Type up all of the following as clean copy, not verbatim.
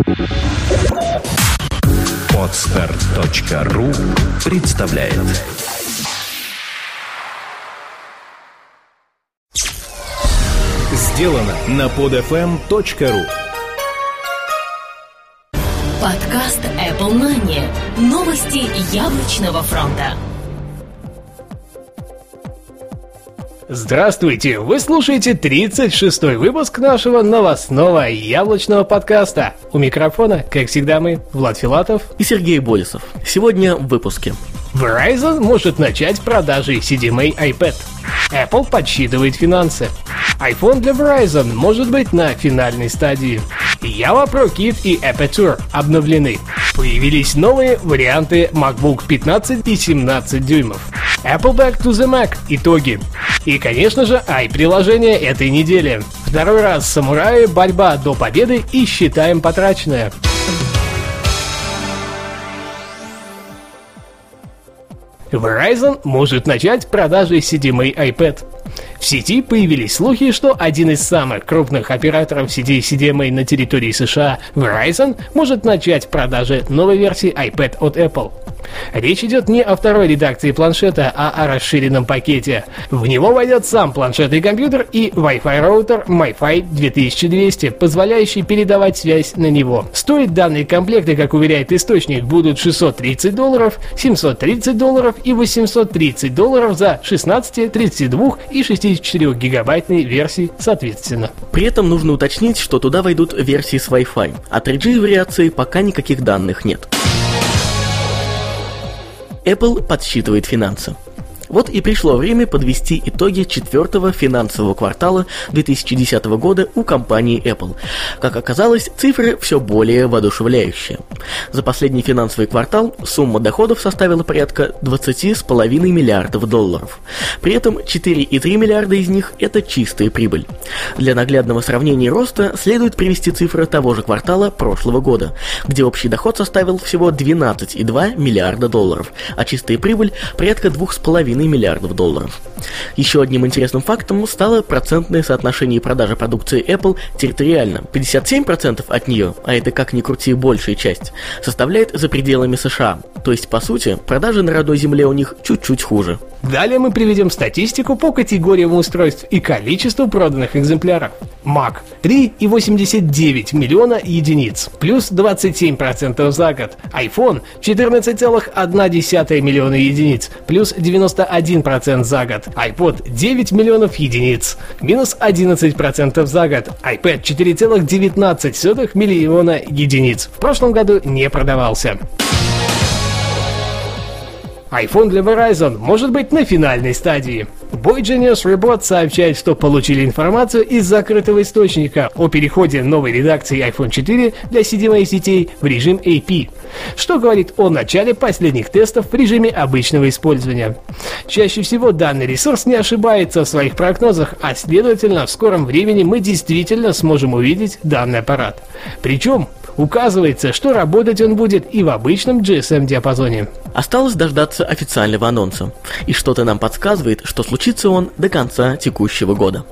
Podstart.ru представляет. Сделано на podfm.ru. Подкаст Apple Money. Новости яблочного фронта. Здравствуйте! Вы слушаете 36-й выпуск нашего новостного яблочного подкаста. У микрофона, как всегда, мы, Влад Филатов и Сергей Болесов. Сегодня в выпуске. Verizon может начать продажи CDMA iPad. Apple подсчитывает финансы. iPhone для Verizon может быть на финальной стадии. Java ProKit и Aperture обновлены. Появились новые варианты MacBook 15 и 17 дюймов. Apple Back to the Mac. Итоги. И, конечно же, приложение этой недели. Второй раз самураи, борьба до победы и считаем потраченное. Verizon может начать продажи CDMA iPad. В сети появились слухи, что один из самых крупных операторов сетей CDMA на территории США, Verizon, может начать продажи новой версии iPad от Apple. Речь идет не о второй редакции планшета, а о расширенном пакете. В него войдет сам планшетный компьютер и Wi-Fi роутер MiFi 2200, позволяющий передавать связь на него. Стоить данные комплекты, как уверяет источник, будут $630, $730 и $830 за 16, 32 и 64 гигабайтные версии соответственно. При этом нужно уточнить, что туда войдут версии с Wi-Fi. О 3G вариации пока никаких данных нет. Apple подсчитывает финансы. Вот и пришло время подвести итоги четвертого финансового квартала 2010 года у компании Apple. Как оказалось, цифры все более воодушевляющие. За последний финансовый квартал сумма доходов составила порядка $20,5 миллиардов. При этом 4,3 миллиарда из них – это чистая прибыль. Для наглядного сравнения роста следует привести цифры того же квартала прошлого года, где общий доход составил всего $12,2 миллиарда, а чистая прибыль – порядка $2,5 миллиардов. Еще одним интересным фактом стало процентное соотношение продажи продукции Apple территориально. 57% от нее, а это как ни крути большая часть, составляет за пределами США. То есть, по сути, продажи на родной земле у них чуть-чуть хуже. Далее мы приведем статистику по категориям устройств и количеству проданных экземпляров. Mac – 3,89 миллиона единиц, плюс 27% за год. iPhone – 14,1 миллиона единиц, плюс 91% за год. iPod – 9 миллионов единиц, минус 11% за год. iPad – 4,19 миллиона единиц. В прошлом году не продавался. iPhone для Verizon может быть на финальной стадии. Boy Genius Report сообщает, что получили информацию из закрытого источника о переходе новой редакции iPhone 4 для CDMA сетей в режим AP, что говорит о начале последних тестов в режиме обычного использования. Чаще всего данный ресурс не ошибается в своих прогнозах, а следовательно в скором времени мы действительно сможем увидеть данный аппарат. Причем указывается, что работать он будет и в обычном GSM-диапазоне. Осталось дождаться официального анонса, и что-то нам подсказывает, что случится он до конца текущего года.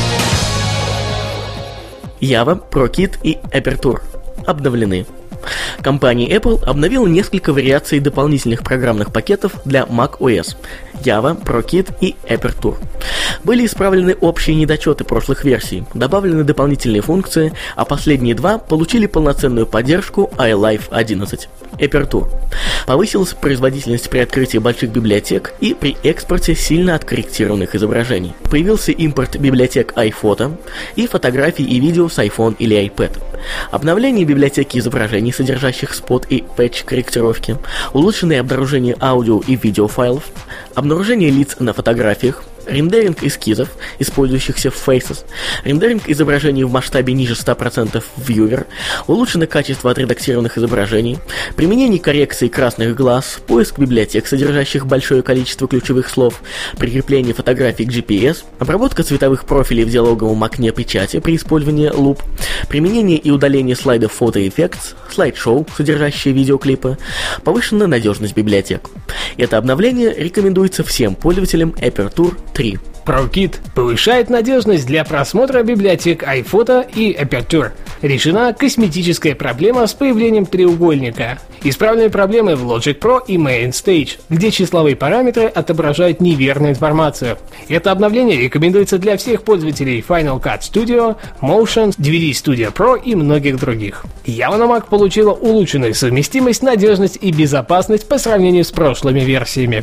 Java, ProKit и Aperture обновлены. Компания Apple обновила несколько вариаций дополнительных программных пакетов для macOS – Java, ProKit и Aperture. Были исправлены общие недочеты прошлых версий, добавлены дополнительные функции, а последние два получили полноценную поддержку iLife 11. Aperture. Повысилась производительность при открытии больших библиотек и при экспорте сильно откорректированных изображений. Появился импорт библиотек iPhoto и фотографий и видео с iPhone или iPad. Обновление библиотеки изображений, содержащих спот и пэтч корректировки, улучшенное обнаружение аудио и видеофайлов, обнаружение лиц на фотографиях, рендеринг эскизов, использующихся в Faces, рендеринг изображений в масштабе ниже 100% в Viewer, улучшено качество отредактированных изображений, применение коррекции красных глаз, поиск библиотек, содержащих большое количество ключевых слов, прикрепление фотографий к GPS, обработка цветовых профилей в диалоговом окне печати при использовании Loop, применение и удаление слайдов Photo Effects, слайд-шоу, содержащие видеоклипы, повышенная надежность библиотек. Это обновление рекомендуется всем пользователям Aperture 3. ProKit повышает надежность для просмотра библиотек iPhoto и Aperture. Решена косметическая проблема с появлением треугольника. Исправлены проблемы в Logic Pro и Main Stage, где числовые параметры отображают неверную информацию. Это обновление рекомендуется для всех пользователей Final Cut Studio, Motion, DVD Studio Pro и многих других. Java на Mac получила улучшенную совместимость, надежность и безопасность по сравнению с прошлыми версиями.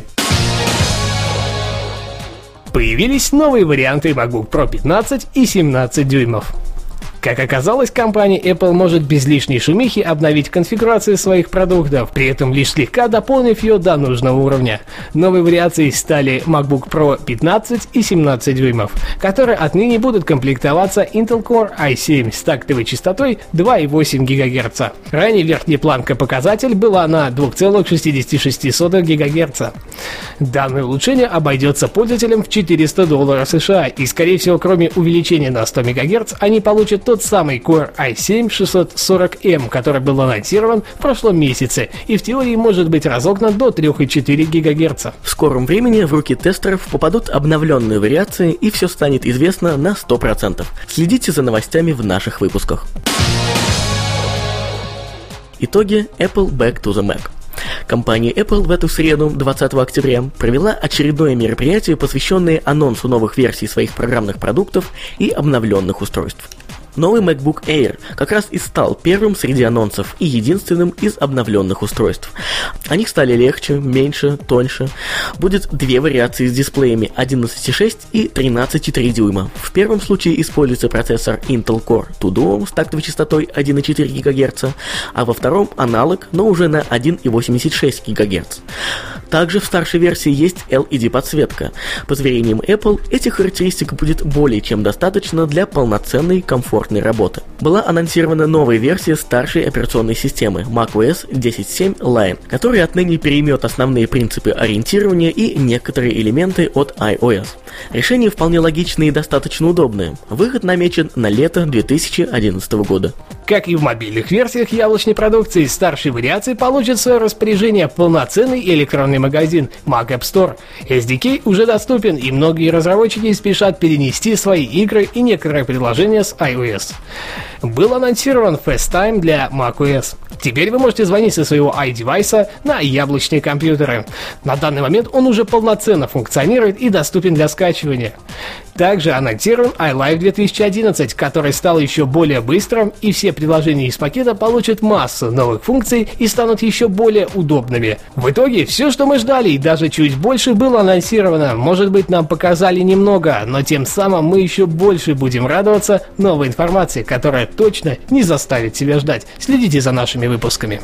Появились новые варианты MacBook Pro 15 и 17 дюймов. Как оказалось, компания Apple может без лишней шумихи обновить конфигурацию своих продуктов, при этом лишь слегка дополнив ее до нужного уровня. Новой вариацией стали MacBook Pro 15 и 17 дюймов, которые отныне будут комплектоваться Intel Core i7 с тактовой частотой 2,8 ГГц. Ранее верхняя планка показатель была на 2,66 ГГц. Данное улучшение обойдется пользователям в $400 США, и скорее всего, кроме увеличения на 100 МГц, они получат тот самый Core i7 640M, который был анонсирован в прошлом месяце и в теории может быть разогнан до 3,4 ГГц. В скором времени в руки тестеров попадут обновленные вариации и все станет известно на 100%. Следите за новостями в наших выпусках. Итоги Apple Back to the Mac. Компания Apple в эту среду, 20 октября, провела очередное мероприятие, посвященное анонсу новых версий своих программных продуктов и обновленных устройств. Новый MacBook Air как раз и стал первым среди анонсов и единственным из обновленных устройств. Они стали легче, меньше, тоньше. Будет две вариации с дисплеями 11,6 и 13,3 дюйма. В первом случае используется процессор Intel Core Duo с тактовой частотой 1,4 ГГц, а во втором аналог, но уже на 1,86 ГГц. Также в старшей версии есть LED-подсветка. По заверениям Apple, этих характеристик будет более чем достаточно для полноценной комфортной работы. Была анонсирована новая версия старшей операционной системы macOS 10.7 Lion, которая отныне переймет основные принципы ориентирования и некоторые элементы от iOS. Решение вполне логичное и достаточно удобное. Выход намечен на лето 2011 года. Как и в мобильных версиях яблочной продукции, старшей вариации получит в свое распоряжение полноценный электронный магазин Mac App Store. SDK уже доступен, и многие разработчики спешат перенести свои игры и некоторые приложения с iOS. Был анонсирован FaceTime для macOS. Теперь вы можете звонить со своего iDevice на яблочные компьютеры. На данный момент он уже полноценно функционирует и доступен для скачивания. Также анонсирован iLife 2011, который стал еще более быстрым, и все приложения из пакета получат массу новых функций и станут еще более удобными. В итоге, все, что мы ждали, и даже чуть больше, было анонсировано. Может быть, нам показали немного, но тем самым мы еще больше будем радоваться новой информации, которая точно не заставит себя ждать. Следите за нашими выпусками.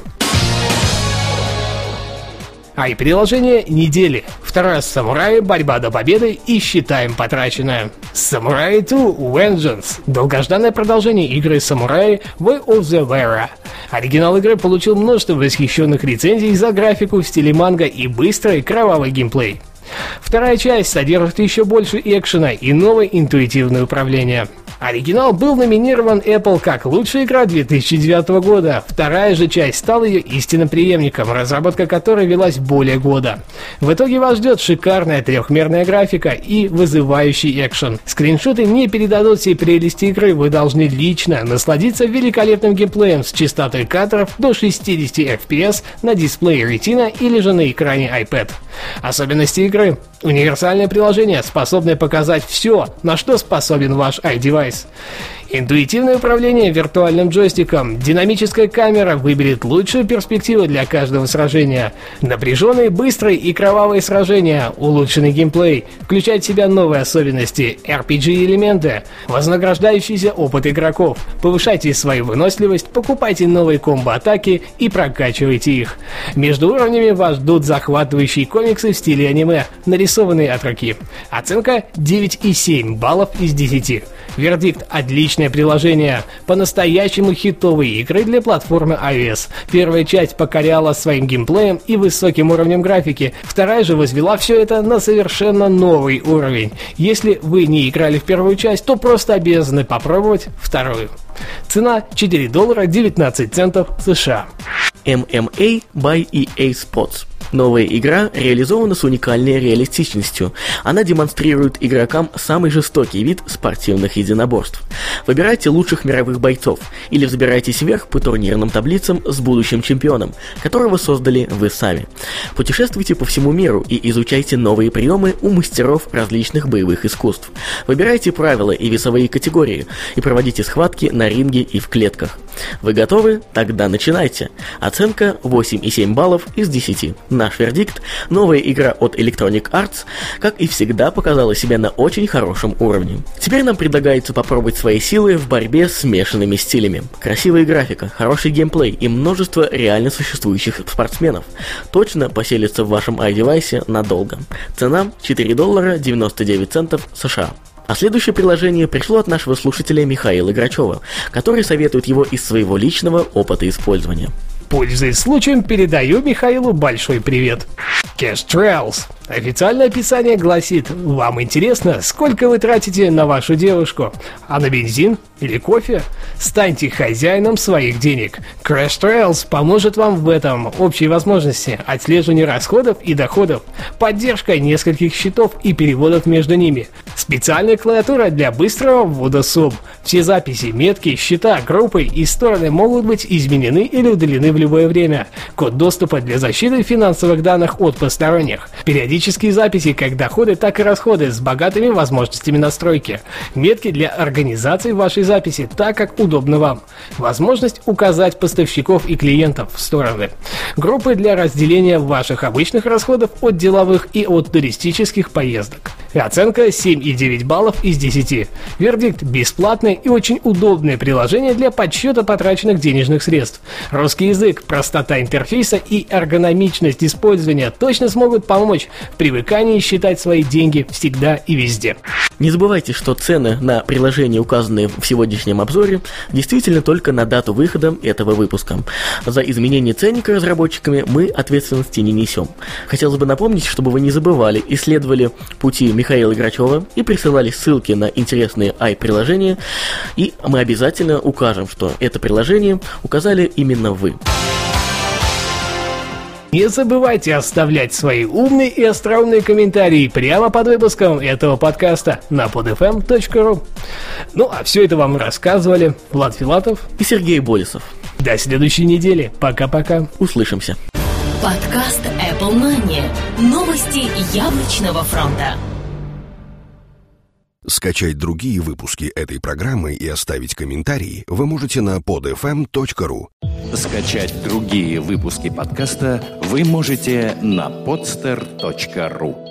И приложение недели. Второе Samurai, борьба до победы и считаем потраченное. Samurai 2 Vengeance. Долгожданное продолжение игры Samurai Way of the Vera. Оригинал игры получил множество восхищенных рецензий за графику в стиле манга и быстрый кровавый геймплей. Вторая часть содержит еще больше экшена и новое интуитивное управление. Оригинал был номинирован Apple как лучшая игра 2009 года. Вторая же часть стала ее истинным преемником, разработка которой велась более года. В итоге вас ждет шикарная трехмерная графика и вызывающий экшен. Скриншоты не передадут всей прелести игры, вы должны лично насладиться великолепным геймплеем с частотой кадров до 60 FPS на дисплее Retina или же на экране iPad. Особенности игры. Универсальное приложение, способное показать все, на что способен ваш iDevice. Интуитивное управление виртуальным джойстиком, динамическая камера выберет лучшую перспективу для каждого сражения. Напряженные, быстрые и кровавые сражения, улучшенный геймплей, включает в себя новые особенности, RPG-элементы, вознаграждающийся опыт игроков. Повышайте свою выносливость, покупайте новые комбо-атаки и прокачивайте их. Между уровнями вас ждут захватывающие комиксы в стиле аниме, нарисованные от руки. Оценка 9,7 баллов из 10. Вердикт: отличное приложение, по-настоящему хитовые игры для платформы iOS. Первая часть покоряла своим геймплеем и высоким уровнем графики, вторая же возвела все это на совершенно новый уровень. Если вы не играли в первую часть, то просто обязаны попробовать вторую. Цена $4.19 США. MMA by EA Sports. Новая игра реализована с уникальной реалистичностью. Она демонстрирует игрокам самый жестокий вид спортивных единоборств. Выбирайте лучших мировых бойцов или взбирайтесь вверх по турнирным таблицам с будущим чемпионом, которого создали вы сами. Путешествуйте по всему миру и изучайте новые приемы у мастеров различных боевых искусств. Выбирайте правила и весовые категории и проводите схватки на ринге и в клетках. Вы готовы? Тогда начинайте. Оценка 8,7 баллов из 10. Наш вердикт – новая игра от Electronic Arts, как и всегда, показала себя на очень хорошем уровне. Теперь нам предлагается попробовать свои силы в борьбе с смешанными стилями. Красивая графика, хороший геймплей и множество реально существующих спортсменов точно поселятся в вашем iDevice надолго. Цена $4.99 США. А следующее приложение пришло от нашего слушателя Михаила Грачева, который советует его из своего личного опыта использования. Пользуясь случаем, передаю Михаилу большой привет. Cash Trails. Официальное описание гласит: вам интересно, сколько вы тратите на вашу девушку, а на бензин или кофе? Станьте хозяином своих денег. Cash Trails поможет вам в этом. Общие возможности: отслеживание расходов и доходов, поддержка нескольких счетов и переводов между ними, специальная клавиатура для быстрого ввода сумм. Все записи, метки, счета, группы и стороны могут быть изменены или удалены в любое время. Код доступа для защиты финансовых данных от посторонних. Периодические записи как доходы, так и расходы с богатыми возможностями настройки. Метки для организации вашей записи так, как удобно вам. Возможность указать поставщиков и клиентов в стороны. Группы для разделения ваших обычных расходов от деловых и от туристических поездок. Оценка 7,9 баллов из 10. Вердикт: бесплатное и очень удобное приложение для подсчета потраченных денежных средств. Русский язык, простота интерфейса и эргономичность использования точно смогут помочь в привыкании считать свои деньги всегда и везде. Не забывайте, что цены на приложения, указанные в сегодняшнем обзоре, действительно только на дату выхода этого выпуска. За изменение ценника разработчиками мы ответственности не несем. Хотелось бы напомнить, чтобы вы не забывали, исследовали пути Михаила Грачева и присылали ссылки на интересные i-приложения, и мы обязательно укажем, что это приложение указали именно вы. Не забывайте оставлять свои умные и остроумные комментарии прямо под выпуском этого подкаста на podfm.ru. Ну а все это вам рассказывали Влад Филатов и Сергей Болесов. До следующей недели. Пока-пока. Услышимся. Подкаст Apple Money. Новости яблочного фронта. Скачать другие выпуски этой программы и оставить комментарии вы можете на podfm.ru. Скачать другие выпуски подкаста вы можете на podster.ru.